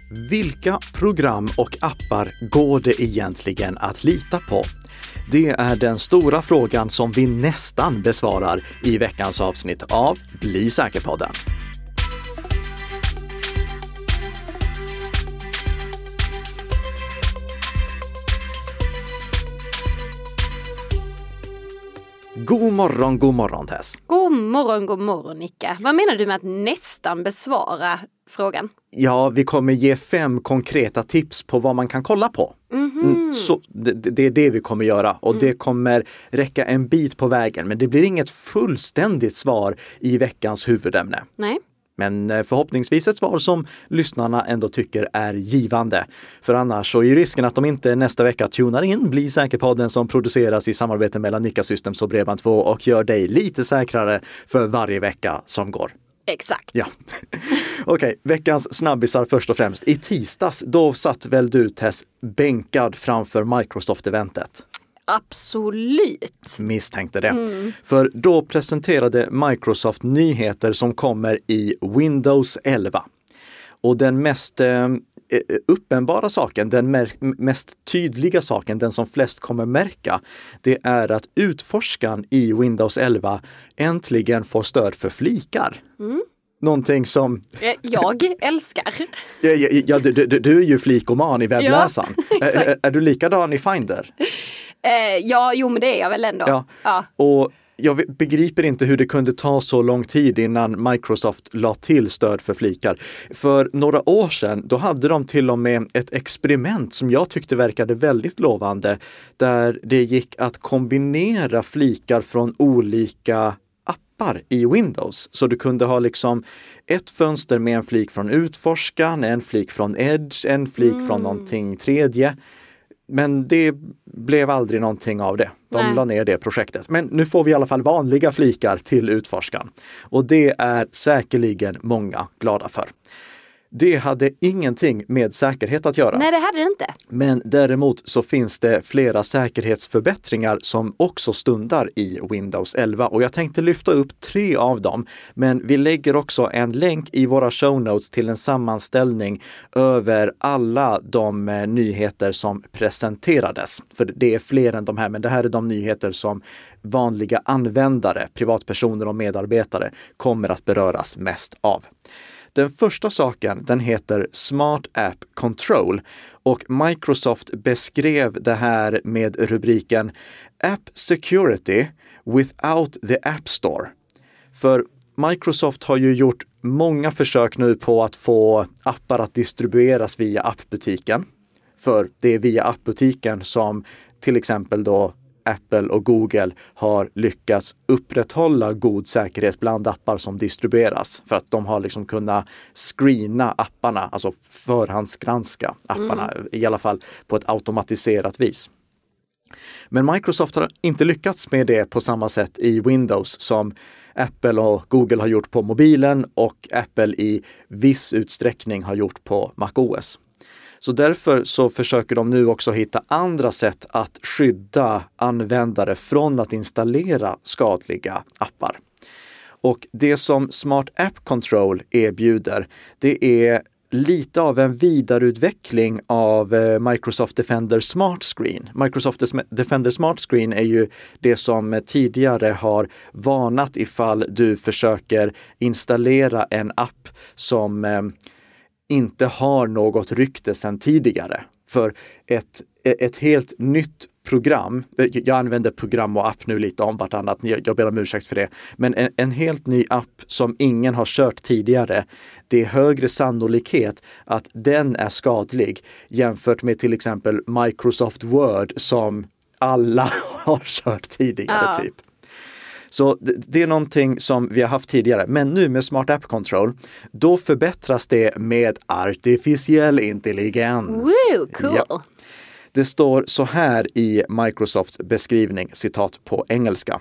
Vilka program och appar går det egentligen att lita på? Det är den stora frågan som vi nästan besvarar i veckans avsnitt av Bli säker-podden. God morgon Tess. God morgon Nicka. Vad menar du med att nästan besvara frågan? Ja, vi kommer ge 5 konkreta tips på vad man kan kolla på. Så det är det vi kommer göra och det kommer räcka en bit på vägen. Men det blir inget fullständigt svar i veckans huvudämne. Nej. Men förhoppningsvis ett svar som lyssnarna ändå tycker är givande. För annars så är ju risken att de inte nästa vecka tunar in Bli säker-podden som produceras i samarbete mellan Nika Systems och Bredband2 och gör dig lite säkrare för varje vecka som går. Exakt. Ja. Okej, veckans snabbisar först och främst. I tisdags, då satt väl du Tess bänkad framför Microsoft-eventet? Absolut. Misstänkte det. För då presenterade Microsoft nyheter som kommer i Windows 11. Och den mest uppenbara saken, den mest tydliga saken, den som flest kommer märka, det är att utforskaren i Windows 11 äntligen får stöd för flikar. Någonting som... Jag älskar. Ja, du är ju flikoman i webbläsaren. Ja, är du likadan i Finder? Men det är jag väl ändå. Ja. Och jag begriper inte hur det kunde ta så lång tid innan Microsoft la till stöd för flikar. För några år sedan, då hade de till och med ett experiment som jag tyckte verkade väldigt lovande, där det gick att kombinera flikar från olika appar i Windows. Så du kunde ha liksom ett fönster med en flik från utforskaren, en flik från Edge, en flik från någonting tredje. Men det blev aldrig någonting av det. De la ner det projektet. Men nu får vi i alla fall vanliga flikar till utforskaren. Och det är säkerligen många glada för. Det hade ingenting med säkerhet att göra. Nej, det hade det inte. Men däremot så finns det flera säkerhetsförbättringar som också stundar i Windows 11. Och jag tänkte lyfta upp 3 av dem. Men vi lägger också en länk i våra show notes till en sammanställning över alla de nyheter som presenterades. För det är fler än de här, men det här är de nyheter som vanliga användare, privatpersoner och medarbetare kommer att beröras mest av. Den första saken, den heter Smart App Control och Microsoft beskrev det här med rubriken App Security without the App Store. För Microsoft har ju gjort många försök nu på att få appar att distribueras via appbutiken. För det är via appbutiken som till exempel då Apple och Google har lyckats upprätthålla god säkerhet bland appar som distribueras. För att de har liksom kunnat screena apparna, alltså förhandsgranska apparna, i alla fall på ett automatiserat vis. Men Microsoft har inte lyckats med det på samma sätt i Windows som Apple och Google har gjort på mobilen och Apple i viss utsträckning har gjort på macOS. Så därför så försöker de nu också hitta andra sätt att skydda användare från att installera skadliga appar. Och det som Smart App Control erbjuder, det är lite av en vidareutveckling av Microsoft Defender Smart Screen. Microsoft Defender Smart Screen är ju det som tidigare har varnat ifall du försöker installera en app som inte har något rykte sedan tidigare. För ett helt nytt program, jag använder program och app nu lite om vartannat, jag ber om ursäkt för det, men en helt ny app som ingen har kört tidigare, det är högre sannolikhet att den är skadlig jämfört med till exempel Microsoft Word som alla har kört tidigare typ. Så det är någonting som vi har haft tidigare. Men nu med Smart App Control, då förbättras det med artificiell intelligens. Woo, cool! Ja. Det står så här i Microsofts beskrivning, citat på engelska.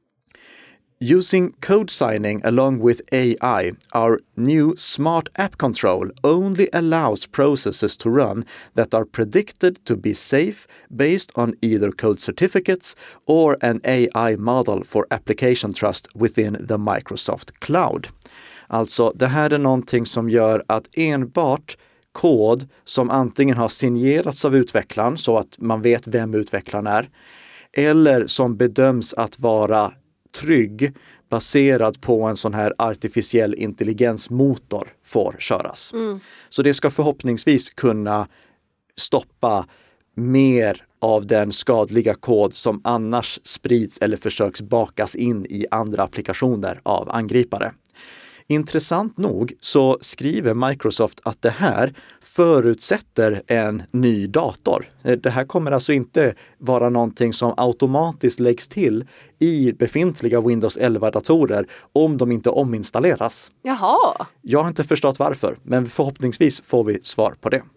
Using code signing along with AI, our new Smart App Control only allows processes to run that are predicted to be safe based on either code certificates or an AI model for application trust within the Microsoft Cloud. Alltså, det här är någonting som gör att enbart kod som antingen har signerats av utvecklaren så att man vet vem utvecklaren är, eller som bedöms att vara trygg baserad på en sån här artificiell intelligensmotor får köras. Så det ska förhoppningsvis kunna stoppa mer av den skadliga kod som annars sprids eller försöks bakas in i andra applikationer av angripare. Intressant nog så skriver Microsoft att det här förutsätter en ny dator. Det här kommer alltså inte vara någonting som automatiskt läggs till i befintliga Windows 11-datorer om de inte ominstalleras. Jaha. Jag har inte förstått varför, men förhoppningsvis får vi svar på det.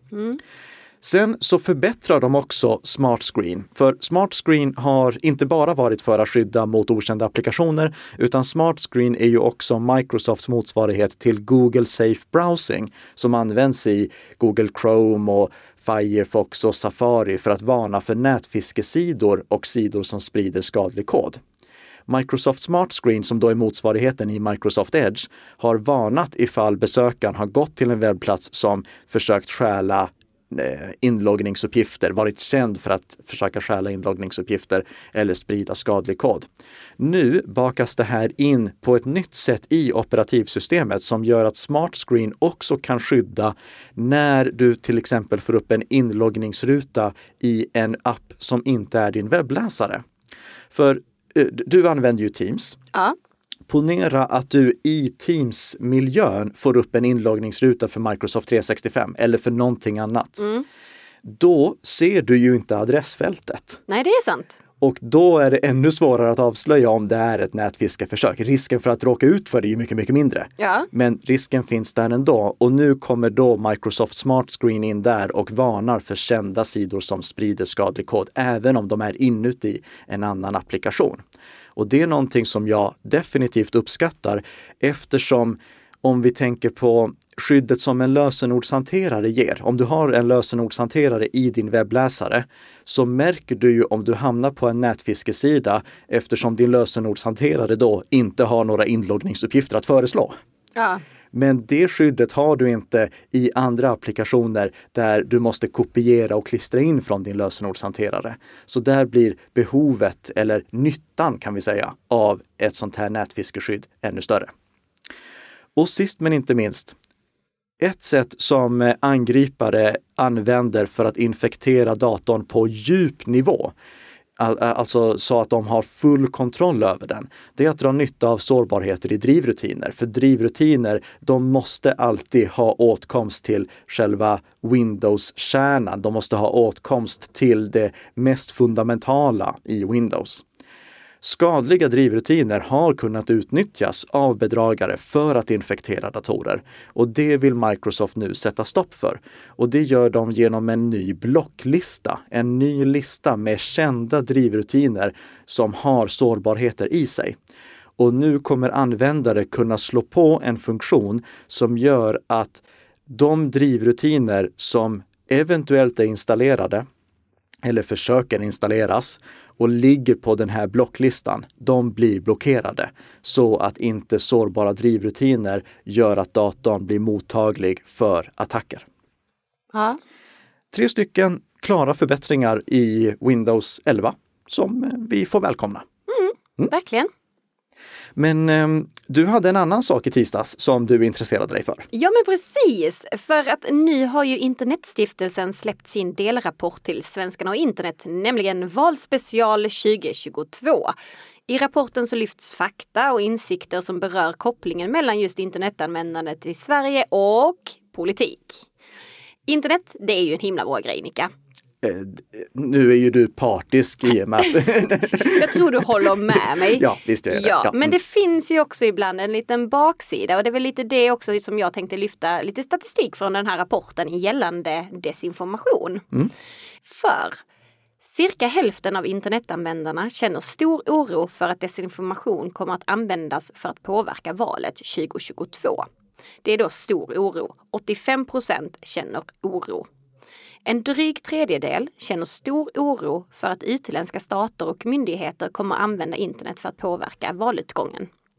Sen så förbättrar de också Smart Screen. För Smart Screen har inte bara varit för att skydda mot okända applikationer, utan Smart Screen är ju också Microsofts motsvarighet till Google Safe Browsing som används i Google Chrome och Firefox och Safari för att varna för nätfiskesidor och sidor som sprider skadlig kod. Microsoft Smart Screen, som då är motsvarigheten i Microsoft Edge, har varnat ifall besökaren har gått till en webbplats som försökt stjäla inloggningsuppgifter, varit känd för att försöka stjäla inloggningsuppgifter eller sprida skadlig kod. Nu bakas det här in på ett nytt sätt i operativsystemet som gör att Smart Screen också kan skydda när du till exempel får upp en inloggningsruta i en app som inte är din webbläsare. För du använder ju Teams. Ja. Ponera att du i Teams-miljön får upp en inloggningsruta för Microsoft 365 eller för någonting annat. Då ser du ju inte adressfältet. Nej, det är sant. Och då är det ännu svårare att avslöja om det är ett nätfiskeförsök. Risken för att råka ut för det är ju mycket, mycket mindre. Ja. Men risken finns där ändå. Och nu kommer då Microsoft Smart Screen in där och varnar för kända sidor som sprider skadlig kod, även om de är inuti en annan applikation. Och det är någonting som jag definitivt uppskattar, eftersom om vi tänker på skyddet som en lösenordshanterare ger. Om du har en lösenordshanterare i din webbläsare så märker du ju om du hamnar på en nätfiskesida, eftersom din lösenordshanterare då inte har några inloggningsuppgifter att föreslå. Ja. Men det skyddet har du inte i andra applikationer där du måste kopiera och klistra in från din lösenordshanterare. Så där blir behovet, eller nyttan kan vi säga, av ett sånt här nätfiskeskydd ännu större. Och sist men inte minst, ett sätt som angripare använder för att infektera datorn på djup nivå, alltså så att de har full kontroll över den, det är att dra nytta av sårbarheter i drivrutiner. För drivrutiner, de måste alltid ha åtkomst till själva Windows-kärnan. De måste ha åtkomst till det mest fundamentala i Windows. Skadliga drivrutiner har kunnat utnyttjas av bedragare för att infektera datorer. Och det vill Microsoft nu sätta stopp för. Och det gör de genom en ny blocklista. En ny lista med kända drivrutiner som har sårbarheter i sig. Och nu kommer användare kunna slå på en funktion som gör att de drivrutiner som eventuellt är installerade eller försöker installeras och ligger på den här blocklistan, de blir blockerade så att inte sårbara drivrutiner gör att datorn blir mottaglig för attacker. Ja. 3 stycken klara förbättringar i Windows 11 som vi får välkomna. Verkligen. Men du hade en annan sak i tisdags som du intresserade dig för. Ja, men precis. För att nu har ju Internetstiftelsen släppt sin delrapport till Svenskarna och internet, nämligen Valspecial 2022. I rapporten så lyfts fakta och insikter som berör kopplingen mellan just internetanvändandet i Sverige och politik. Internet, det är ju en himla bra grej, Nika. Nu är ju du partisk i och med att... Jag tror du håller med mig. Ja, visst är det. Ja, men det finns ju också ibland en liten baksida, och det är väl lite det också som jag tänkte lyfta lite statistik från den här rapporten gällande desinformation. För cirka hälften av internetanvändarna känner stor oro för att desinformation kommer att användas för att påverka valet 2022. Det är då stor oro. 85% känner oro. En dryg tredjedel känner stor oro för att utländska stater och myndigheter kommer använda internet för att påverka valutgången.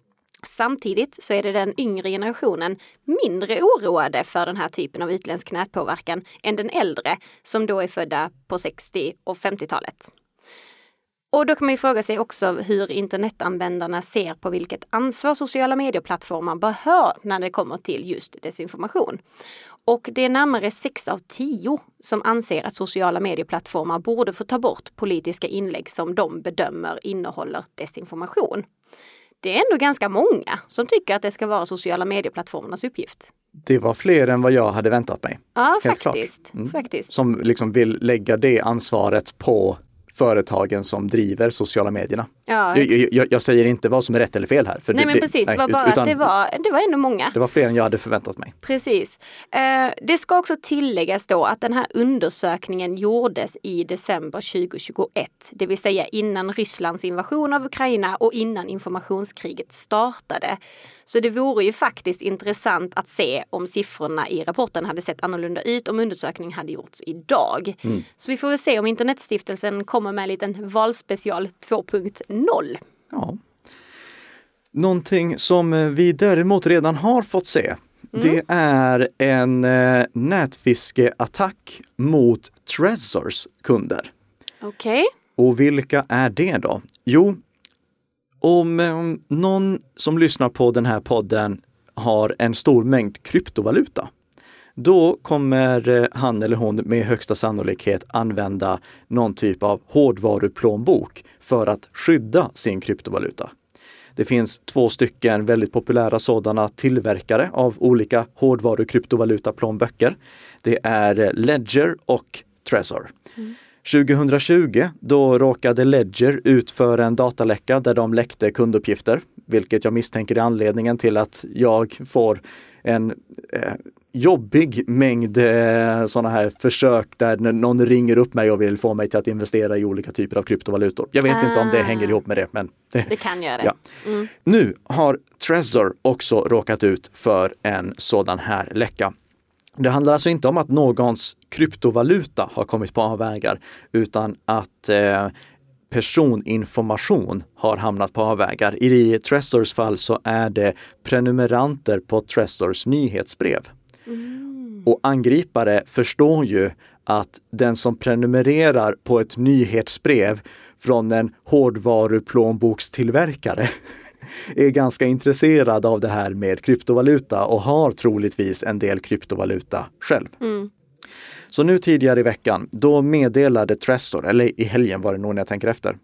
Samtidigt så är det den yngre generationen mindre oroade för den här typen av utländsk nätpåverkan än den äldre som då är födda på 60- och 50-talet. Och då kan man ju fråga sig också hur internetanvändarna ser på vilket ansvar sociala medieplattformar bör ha när det kommer till just desinformation. Och det är närmare 6 av 10 som anser att sociala medieplattformar borde få ta bort politiska inlägg som de bedömer innehåller desinformation. Det är ändå ganska många som tycker att det ska vara sociala medieplattformarnas uppgift. Det var fler än vad jag hade väntat mig. Ja, faktiskt. Som liksom vill lägga det ansvaret på företagen som driver sociala medierna. Ja, jag säger inte vad som är rätt eller fel här. För nej, men precis. Det var bara att det var ändå många. Det var fler än jag hade förväntat mig. Precis. Det ska också tilläggas då att den här undersökningen gjordes i december 2021. Det vill säga innan Rysslands invasion av Ukraina och innan informationskriget startade. Så det vore ju faktiskt intressant att se om siffrorna i rapporten hade sett annorlunda ut om undersökningen hade gjorts idag. Så vi får väl se om Internetstiftelsen kommer med en liten valspecial 2.0. Ja. Någonting som vi däremot redan har fått se, det är en nätfiskeattack mot Trezors kunder. Okej. Och vilka är det då? Jo, om någon som lyssnar på den här podden har en stor mängd kryptovaluta, då kommer han eller hon med högsta sannolikhet använda någon typ av hårdvaruplånbok för att skydda sin kryptovaluta. Det finns 2 stycken väldigt populära sådana tillverkare av olika hårdvaru-kryptovalutaplånböcker. Det är Ledger och Trezor. 2020 då råkade Ledger ut för en dataläcka där de läckte kunduppgifter, vilket jag misstänker är anledningen till att jag får en jobbig mängd sådana här försök där någon ringer upp mig och vill få mig till att investera i olika typer av kryptovalutor. Jag vet inte om det hänger ihop med det, men det kan göra det. Ja. Nu har Trezor också råkat ut för en sådan här läcka. Det handlar alltså inte om att någons kryptovaluta har kommit på avvägar, utan att personinformation har hamnat på avvägar. I Trezors fall så är det prenumeranter på Trezors nyhetsbrev. Och angripare förstår ju att den som prenumererar på ett nyhetsbrev från en hårdvaruplånbokstillverkare är ganska intresserad av det här med kryptovaluta och har troligtvis en del kryptovaluta själv. Så nu tidigare i veckan, då meddelade Trezor, eller i helgen var det nog när jag tänker efter.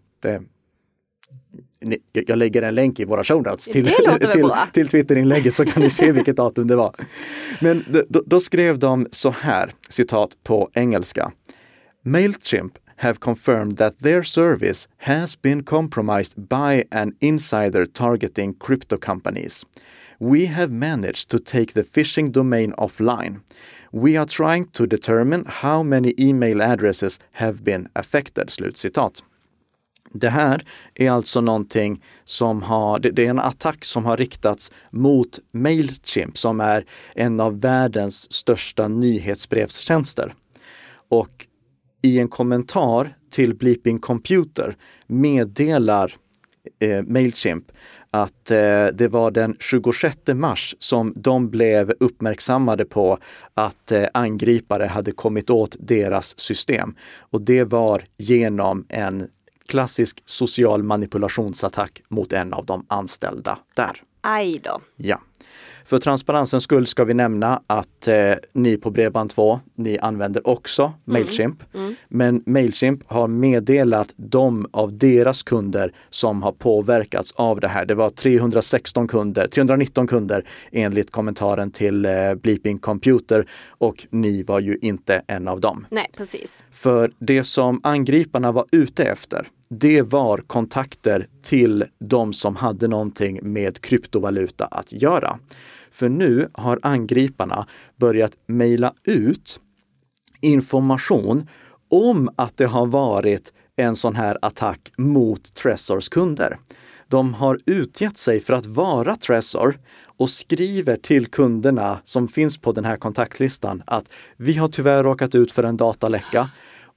Jag lägger en länk i våra show notes till Twitter-inlägget så kan ni se vilket datum det var. Men då skrev de så här, citat på engelska. Mailchimp have confirmed that their service has been compromised by an insider targeting crypto companies. We have managed to take the phishing domain offline. We are trying to determine how many email addresses have been affected. Slutcitat. Det här är alltså någonting som det är en attack som har riktats mot Mailchimp som är en av världens största nyhetsbrevstjänster. Och i en kommentar till Bleeping Computer meddelar Mailchimp att det var den 26 mars som de blev uppmärksammade på att angripare hade kommit åt deras system. Och det var genom en klassisk social manipulationsattack mot en av de anställda där. Aj då. Ja. För transparensens skull ska vi nämna att ni på Bredband2, ni använder också Mailchimp. Men Mailchimp har meddelat de av deras kunder som har påverkats av det här. Det var 319 kunder enligt kommentaren till Bleeping Computer och ni var ju inte en av dem. Nej, precis. För det som angriparna var ute efter, det var kontakter till de som hade någonting med kryptovaluta att göra. För nu har angriparna börjat mejla ut information om att det har varit en sån här attack mot Trezors kunder. De har utgett sig för att vara Trezor och skriver till kunderna som finns på den här kontaktlistan att vi har tyvärr råkat ut för en dataläcka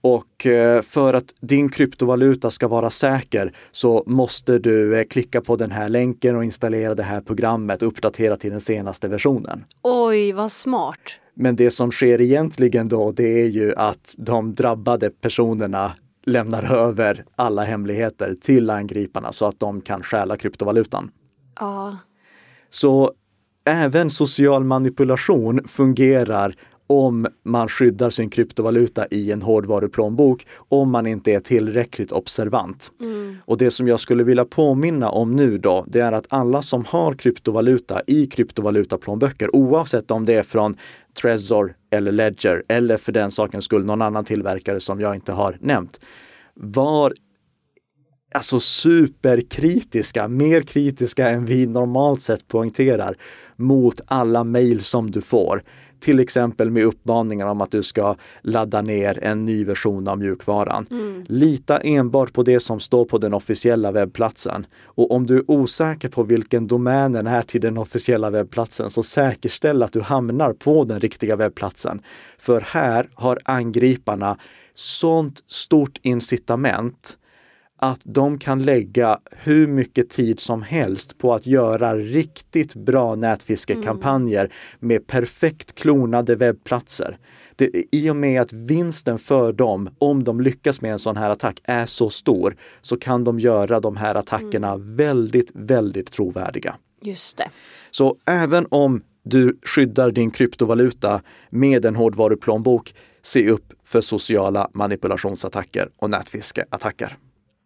Och för att din kryptovaluta ska vara säker så måste du klicka på den här länken och installera det här programmet och uppdatera till den senaste versionen. Oj, vad smart. Men det som sker egentligen då, det är ju att de drabbade personerna lämnar över alla hemligheter till angriparna så att de kan stjäla kryptovalutan. Ja. Så även social manipulation fungerar om man skyddar sin kryptovaluta i en hårdvaruplånbok, om man inte är tillräckligt observant. Och det som jag skulle vilja påminna om nu då, det är att alla som har kryptovaluta i kryptovalutaplånböcker, oavsett om det är från Trezor eller Ledger eller för den sakens skull någon annan tillverkare som jag inte har nämnt, var alltså superkritiska, mer kritiska än vi normalt sett poängterar mot alla mejl som du får. Till exempel med uppmaningar om att du ska ladda ner en ny version av mjukvaran. Lita enbart på det som står på den officiella webbplatsen. Och om du är osäker på vilken domänen är till den officiella webbplatsen, så säkerställ att du hamnar på den riktiga webbplatsen. För här har angriparna sånt stort incitament att de kan lägga hur mycket tid som helst på att göra riktigt bra nätfiskekampanjer med perfekt klonade webbplatser. I och med att vinsten för dem, om de lyckas med en sån här attack, är så stor, så kan de göra de här attackerna väldigt, väldigt trovärdiga. Just det. Så även om du skyddar din kryptovaluta med en hårdvaruplånbok, se upp för sociala manipulationsattacker och nätfiskeattacker.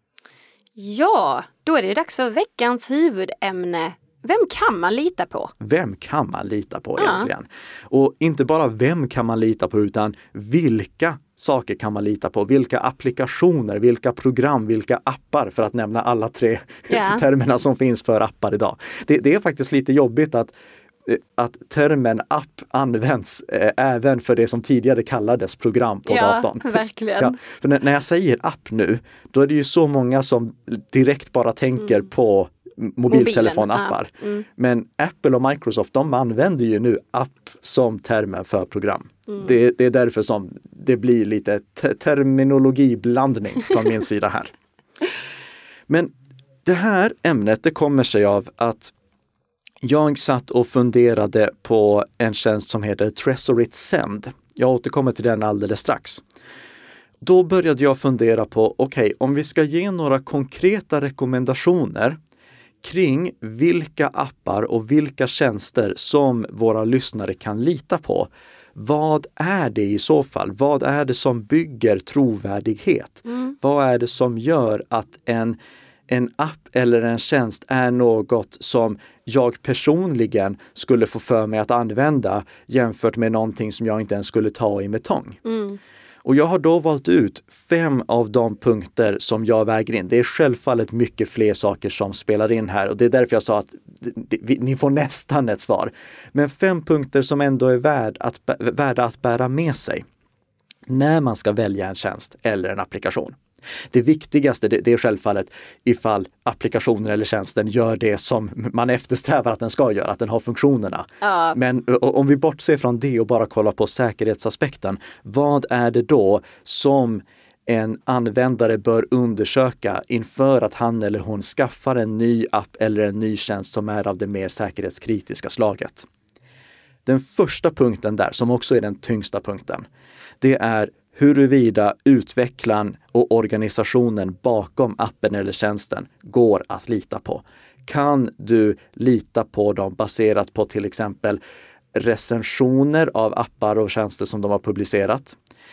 Ja, då är det dags för veckans huvudämne. Vem kan man lita på? Vem kan man lita på egentligen? Och inte bara vem kan man lita på, utan vilka saker kan man lita på? Vilka applikationer, vilka program, vilka appar, för att nämna alla tre termerna som finns för appar idag. Det är faktiskt lite jobbigt att termen app används även för det som tidigare kallades program på datorn. Verkligen. Ja, för när jag säger app nu, då är det ju så många som direkt bara tänker på mobiltelefonappar. Men Apple och Microsoft, de använder ju nu app som termen för program. Det är därför som det blir lite terminologiblandning från min sida här. Men det här ämnet, det kommer sig av att jag satt och funderade på en tjänst som heter Trezorit Send. Jag återkommer till den alldeles strax. Då började jag fundera på, om vi ska ge några konkreta rekommendationer kring vilka appar och vilka tjänster som våra lyssnare kan lita på. Vad är det i så fall? Vad är det som bygger trovärdighet? Vad är det som gör att en app eller en tjänst är något som jag personligen skulle få för mig att använda jämfört med någonting som jag inte ens skulle ta i med tång? Och jag har då valt ut 5 av de punkter som jag väger in. Det är självfallet mycket fler saker som spelar in här, och det är därför jag sa att ni får nästan ett svar. Men 5 punkter som ändå är värda att bära med sig när man ska välja en tjänst eller en applikation. Det viktigaste, det är självfallet ifall applikationen eller tjänsten gör det som man eftersträvar att den ska göra, att den har funktionerna. Men om vi bortser från det och bara kollar på säkerhetsaspekten, vad är det då som en användare bör undersöka inför att han eller hon skaffar en ny app eller en ny tjänst som är av det mer säkerhetskritiska slaget? Den första punkten där, som också är den tyngsta punkten, det är huruvida utvecklaren och organisationen bakom appen eller tjänsten går att lita på. Kan du lita på dem baserat på till exempel recensioner av appar och tjänster som de har publicerat?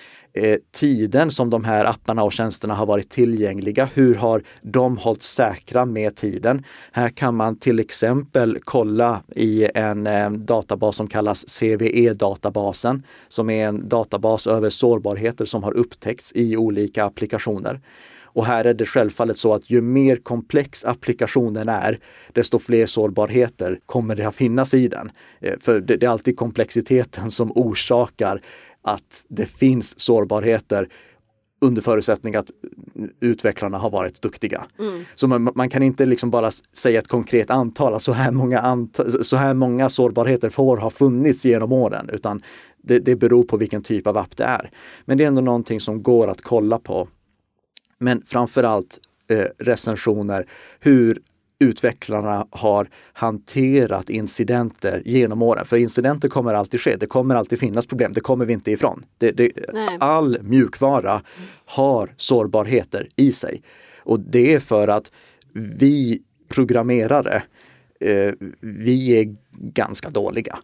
Tiden som de här apparna och tjänsterna har varit tillgängliga, hur har de hållit säkra med tiden? Här kan man till exempel kolla i en databas som kallas CVE-databasen, som är en databas över sårbarheter som har upptäckts i olika applikationer. Och här är det självfallet så att ju mer komplex applikationen är, desto fler sårbarheter kommer det att finnas i den. För det är alltid komplexiteten som orsakar att det finns sårbarheter under förutsättning att utvecklarna har varit duktiga. Så man kan inte liksom bara säga ett konkret antal, så här många sårbarheter får ha funnits genom åren, utan Det beror på vilken typ av app det är. Men det är ändå någonting som går att kolla på. Men framförallt recensioner, hur utvecklarna har hanterat incidenter genom åren. För incidenter kommer alltid ske. Det kommer alltid finnas problem. Det kommer vi inte ifrån. All mjukvara har sårbarheter i sig. Och det är för att vi programmerare, vi är ganska dåliga.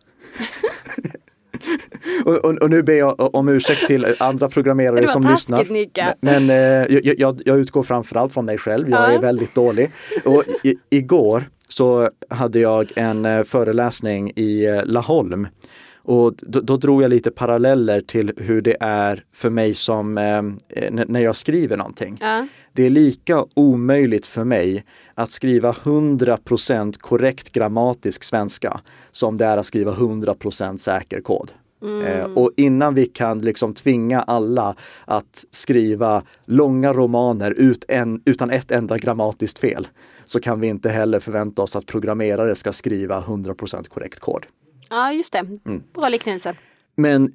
Och nu ber jag om ursäkt till andra programmerare som lyssnar. Men jag utgår framförallt från mig själv. Jag är väldigt dålig. Och igår så hade jag en föreläsning i Laholm. Och då drog jag lite paralleller till hur det är för mig som när jag skriver någonting. Det är lika omöjligt för mig att skriva 100% korrekt grammatisk svenska som det är att skriva 100% säker kod. Och innan vi kan liksom tvinga alla att skriva långa romaner utan ett enda grammatiskt fel, så kan vi inte heller förvänta oss att programmerare ska skriva 100% korrekt kod. Ja, just det. Bra liknelse. Men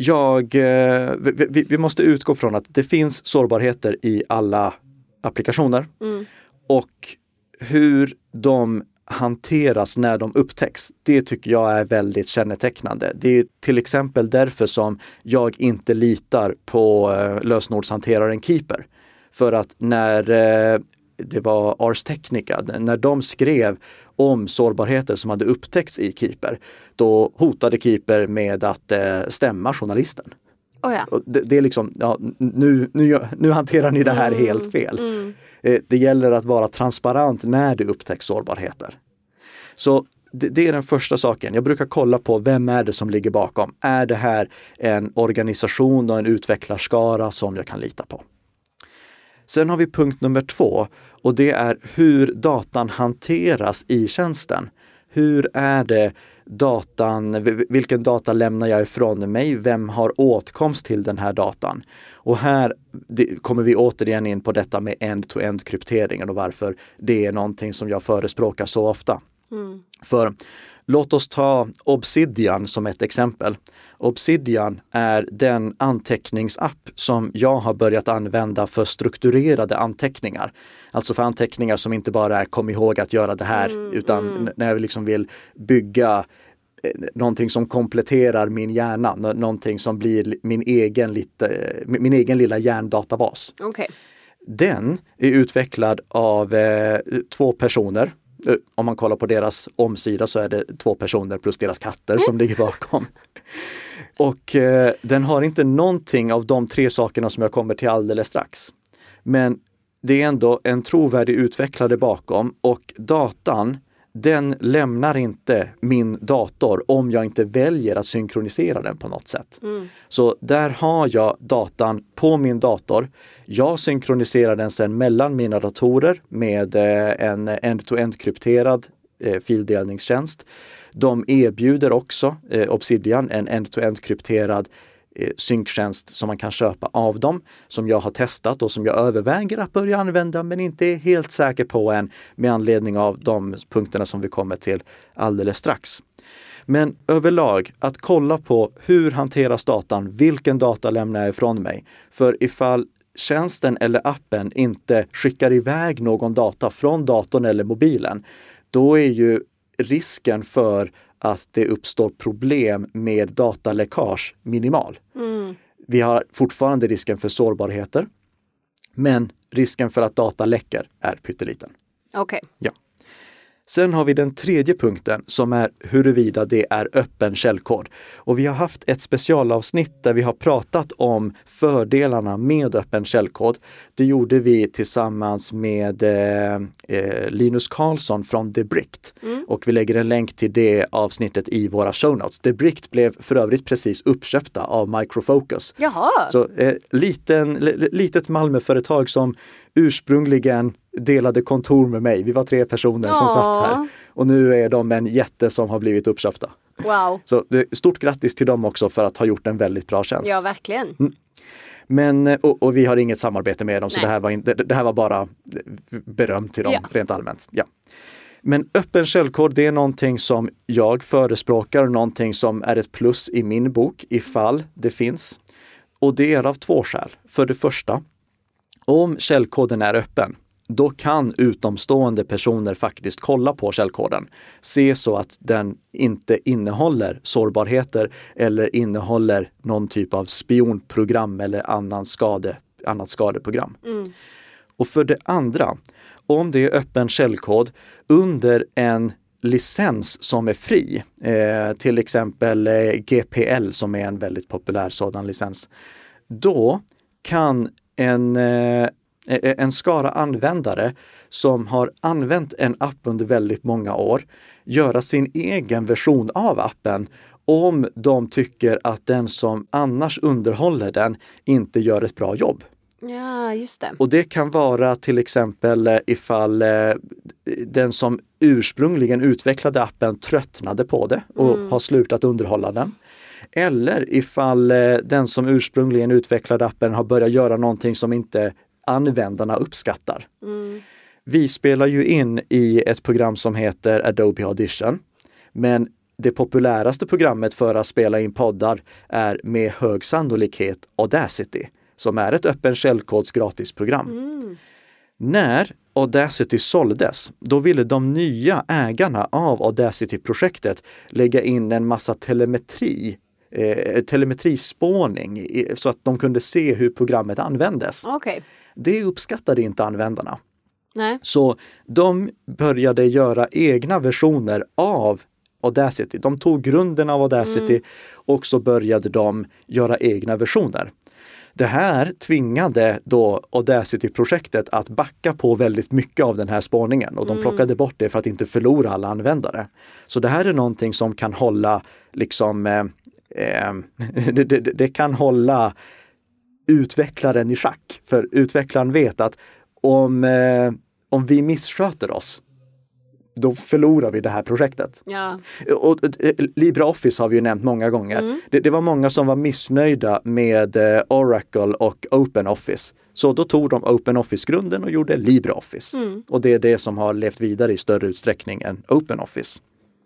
vi måste utgå från att det finns sårbarheter i alla applikationer. Och hur de hanteras när de upptäcks, det tycker jag är väldigt kännetecknande. Det är till exempel därför som jag inte litar på lösenordshanteraren Keeper. För att när det var Ars Technica, när de skrev om sårbarheter som hade upptäckts i Keeper, då hotade Keeper med att stämma journalisten. Och det är liksom, nu hanterar ni det här helt fel. Det gäller att vara transparent när det upptäcks sårbarheter. Så det är den första saken. Jag brukar kolla på vem är det som ligger bakom. Är det här en organisation och en utvecklarskara som jag kan lita på? Sen har vi punkt nummer 2, och det är hur datan hanteras i tjänsten. Hur är det datan, vilken data lämnar jag ifrån mig? Vem har åtkomst till den här datan? Och här kommer vi återigen in på detta med end-to-end krypteringen och varför det är någonting som jag förespråkar så ofta. För låt oss ta Obsidian som ett exempel. Obsidian är den anteckningsapp som jag har börjat använda för strukturerade anteckningar. Alltså för anteckningar som inte bara är kom ihåg att göra det här, utan när jag liksom vill bygga någonting som kompletterar min hjärna, någonting som blir min egen lilla hjärndatabas. Den är utvecklad av 2 personer. Om man kollar på deras omsida så är det 2 personer plus deras katter som ligger bakom. Och den har inte någonting av de 3 sakerna som jag kommer till alldeles strax. Men det är ändå en trovärdig utvecklare bakom, och datan, den lämnar inte min dator om jag inte väljer att synkronisera den på något sätt. Så där har jag datan på min dator. Jag synkroniserar den sen mellan mina datorer med en end-to-end krypterad fildelningstjänst. De erbjuder också Obsidian en end-to-end krypterad synktjänst som man kan köpa av dem, som jag har testat och som jag överväger att börja använda men inte är helt säker på än, med anledning av de punkterna som vi kommer till alldeles strax. Men överlag att kolla på hur hanteras datan, vilken data lämnar jag ifrån mig? För ifall tjänsten eller appen inte skickar iväg någon data från datorn eller mobilen, då är ju risken för att det uppstår problem med dataläckage minimal. Vi har fortfarande risken för sårbarheter, men risken för att data läcker är pytteliten. Ja. Sen har vi den tredje punkten som är huruvida det är öppen källkod. Och vi har haft ett specialavsnitt där vi har pratat om fördelarna med öppen källkod. Det gjorde vi tillsammans med Linus Karlsson från Debricked. Och vi lägger en länk till det avsnittet i våra show notes. Debricked blev för övrigt precis uppköpta av Micro Focus. Så litet Malmöföretag som ursprungligen delade kontor med mig. Vi var 3 personer som satt här. Och nu är de en jätte som har blivit uppköpta. Så stort grattis till dem också för att ha gjort en väldigt bra tjänst. Ja, verkligen. Men, och vi har inget samarbete med dem. Så det här var bara beröm till dem rent allmänt. Ja. Men öppen källkod, det är någonting som jag förespråkar, någonting som är ett plus i min bok ifall det finns. Och det är av 2 skäl. För det första, om källkoden är öppen, då kan utomstående personer faktiskt kolla på källkoden. Se så att den inte innehåller sårbarheter eller innehåller någon typ av spionprogram eller annat skadeprogram. Och för det andra, om det är öppen källkod under en licens som är fri, till exempel GPL som är en väldigt populär sådan licens, då kan en skara användare som har använt en app under väldigt många år göra sin egen version av appen om de tycker att den som annars underhåller den inte gör ett bra jobb. Ja, just det. Och det kan vara till exempel ifall den som ursprungligen utvecklade appen tröttnade på det och har slutat underhålla den. Eller ifall den som ursprungligen utvecklade appen har börjat göra någonting som inte användarna uppskattar. Vi spelar ju in i ett program som heter Adobe Audition. Men det populäraste programmet för att spela in poddar är med hög sannolikhet Audacity, som är ett öppen källkods gratisprogram. När Audacity såldes, då ville de nya ägarna av Audacity-projektet lägga in en massa telemetrispårning så att de kunde se hur programmet användes. Okay. Det uppskattade inte användarna. Nej. Så de började göra egna versioner av Audacity. De tog grunden av Audacity och så började de göra egna versioner. Det här tvingade då Audacity-projektet att backa på väldigt mycket av den här spårningen och de plockade bort det för att inte förlora alla användare. Så det här är någonting som kan hålla det kan hålla utvecklaren i schack. För utvecklaren vet att om vi missköter oss, då förlorar vi det här projektet. Ja. Och LibreOffice har vi ju nämnt många gånger. Det var många som var missnöjda med Oracle och OpenOffice. Så då tog de OpenOffice-grunden och gjorde LibreOffice. Och det är det som har levt vidare i större utsträckning än OpenOffice.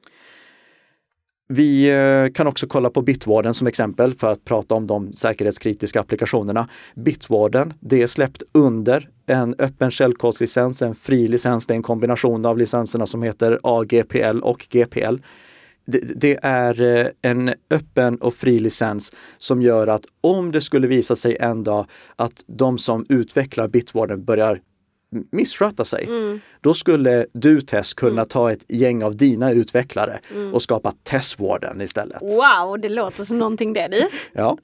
Vi kan också kolla på Bitwarden som exempel för att prata om de säkerhetskritiska applikationerna. Bitwarden, det är släppt under en öppen källkodslicens, en fri licens. Det är en kombination av licenserna som heter AGPL och GPL. Det är en öppen och fri licens som gör att om det skulle visa sig en dag att de som utvecklar Bitwarden börjar missköta sig, då skulle du, Tess, kunna ta ett gäng av dina utvecklare och skapa Tesswarden istället. Wow, det låter som någonting det du. Ja.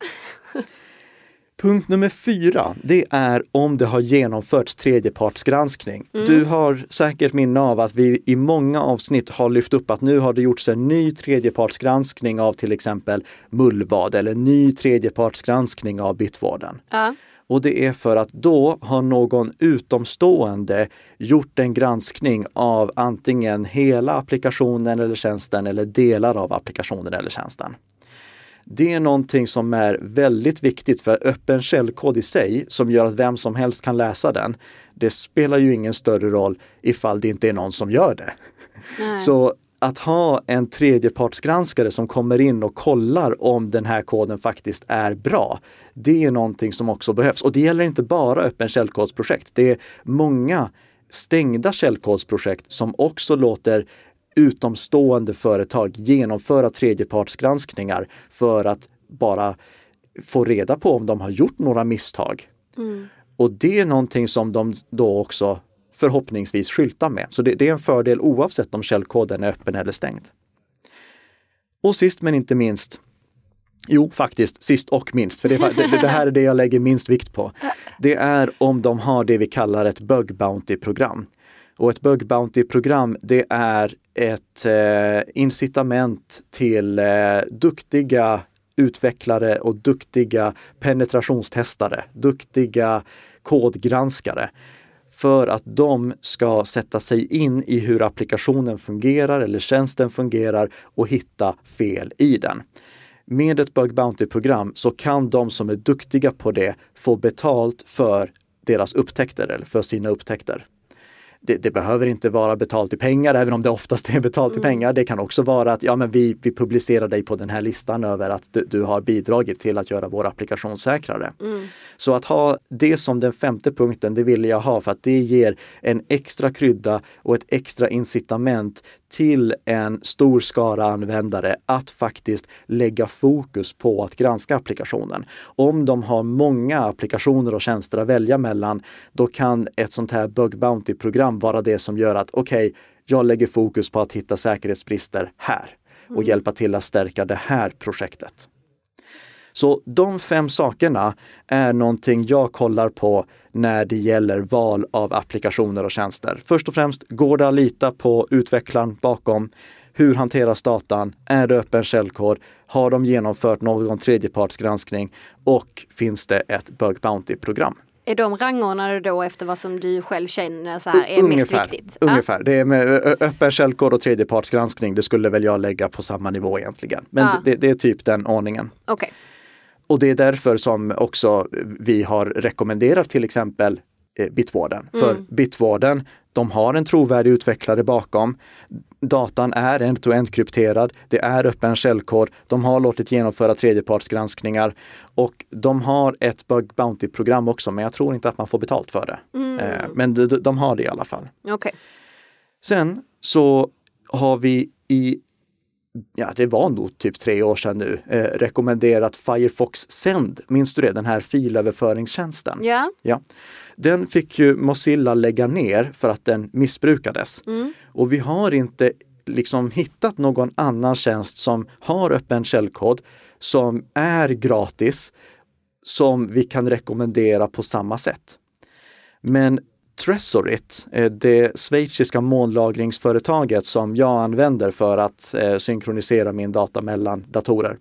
Punkt nummer 4, det är om det har genomförts tredjepartsgranskning. Du har säkert minne av att vi i många avsnitt har lyft upp att nu har det gjorts en ny tredjepartsgranskning av till exempel Mullvad eller en ny tredjepartsgranskning av Bitwarden. Ja. Och det är för att då har någon utomstående gjort en granskning av antingen hela applikationen eller tjänsten eller delar av applikationen eller tjänsten. Det är någonting som är väldigt viktigt för öppen källkod i sig som gör att vem som helst kan läsa den. Det spelar ju ingen större roll ifall det inte är någon som gör det. Nej. Så att ha en tredjepartsgranskare som kommer in och kollar om den här koden faktiskt är bra, det är någonting som också behövs. Och det gäller inte bara öppen källkodsprojekt. Det är många stängda källkodsprojekt som också låter utomstående företag genomföra tredjepartsgranskningar för att bara få reda på om de har gjort några misstag. Och det är någonting som de då också förhoppningsvis skyltar med. Så det är en fördel oavsett om källkoden är öppen eller stängd. Och sist men inte minst, sist och minst, för det här är det jag lägger minst vikt på. Det är om de har det vi kallar ett bug bounty-program. Och ett bug bounty-program, det är ett incitament till duktiga utvecklare och duktiga penetrationstestare, duktiga kodgranskare, för att de ska sätta sig in i hur applikationen fungerar eller tjänsten fungerar och hitta fel i den. Med ett bug bounty-program så kan de som är duktiga på det få betalt för deras upptäckter eller för sina upptäckter. Det behöver inte vara betalt i pengar, även om det oftast är betalt i pengar. Det kan också vara att vi publicerar dig på den här listan över att du har bidragit till att göra vår applikation säkrare. Så att ha det som den 5:e punkten, det vill jag ha för att det ger en extra krydda och ett extra incitament till en stor skara användare att faktiskt lägga fokus på att granska applikationen. Om de har många applikationer och tjänster att välja mellan, då kan ett sånt här bug bounty-program vara det som gör att jag lägger fokus på att hitta säkerhetsbrister här och hjälpa till att stärka det här projektet. Så de 5 sakerna är någonting jag kollar på när det gäller val av applikationer och tjänster. Först och främst, går det att lita på utvecklaren bakom? Hur hanteras datan? Är det öppen källkod? Har de genomfört någon tredjepartsgranskning? Och finns det ett bug bounty-program? Är de rangordnade då efter vad som du själv känner så här är mest viktigt? Ungefär. Det är med öppen källkod och tredjepartsgranskning. Det skulle väl jag lägga på samma nivå egentligen. Men det är typ den ordningen. Okej. Och det är därför som också vi har rekommenderat till exempel Bitwarden. För Bitwarden, de har en trovärdig utvecklare bakom. Datan är end-to-end krypterad. Det är öppen källkod. De har låtit genomföra tredjepartsgranskningar. Och de har ett bug bounty-program också. Men jag tror inte att man får betalt för det. Men de har det i alla fall. Okay. Sen så har vi det var nog typ 3 år sedan nu, rekommenderat Firefox Send. Minns du det? Den här filöverföringstjänsten. Ja. Den fick ju Mozilla lägga ner för att den missbrukades. Och vi har inte hittat någon annan tjänst som har öppen källkod, som är gratis, som vi kan rekommendera på samma sätt. Men Tresorit, det schweiziska molnlagringsföretaget som jag använder för att synkronisera min data mellan datorer.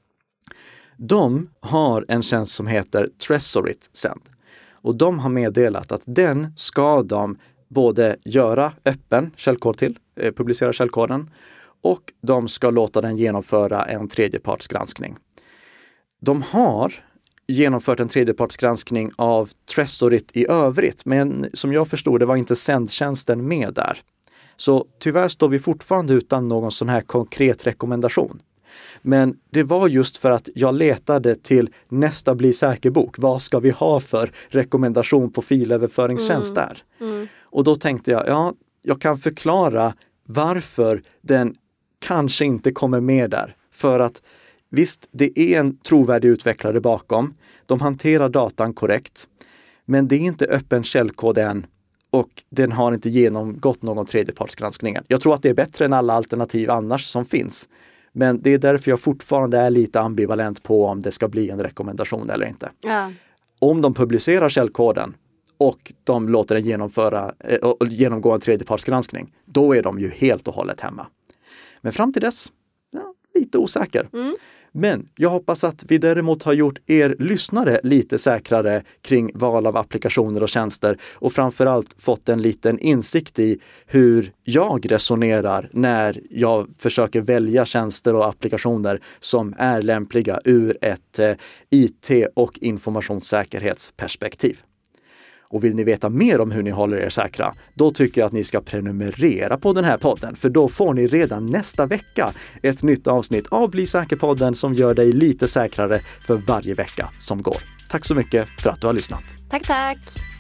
De har en tjänst som heter Tresorit Send. Och de har meddelat att den ska de både göra öppen källkod till, publicera källkoden, och de ska låta den genomföra en tredjepartsgranskning. De har genomfört en tredjepartsgranskning av Tresorit i övrigt, men som jag förstod det var inte sändtjänsten med där. Så tyvärr står vi fortfarande utan någon sån här konkret rekommendation. Men det var just för att jag letade till nästa Bli säker-bok. Vad ska vi ha för rekommendation på filöverföringstjänst där? Och då tänkte jag kan förklara varför den kanske inte kommer med där. För att visst, det är en trovärdig utvecklare bakom. De hanterar datan korrekt. Men det är inte öppen källkod än och den har inte genomgått någon tredjepartsgranskning. Jag tror att det är bättre än alla alternativ annars som finns. Men det är därför jag fortfarande är lite ambivalent på om det ska bli en rekommendation eller inte. Ja. Om de publicerar källkoden och de låter den genomgå en tredjepartsgranskning, då är de ju helt och hållet hemma. Men fram till dess, lite osäker. Men jag hoppas att vi däremot har gjort er lyssnare lite säkrare kring val av applikationer och tjänster och framförallt fått en liten insikt i hur jag resonerar när jag försöker välja tjänster och applikationer som är lämpliga ur ett IT- och informationssäkerhetsperspektiv. Och vill ni veta mer om hur ni håller er säkra, då tycker jag att ni ska prenumerera på den här podden. För då får ni redan nästa vecka ett nytt avsnitt av Bli säker-podden som gör dig lite säkrare för varje vecka som går. Tack så mycket för att du har lyssnat. Tack.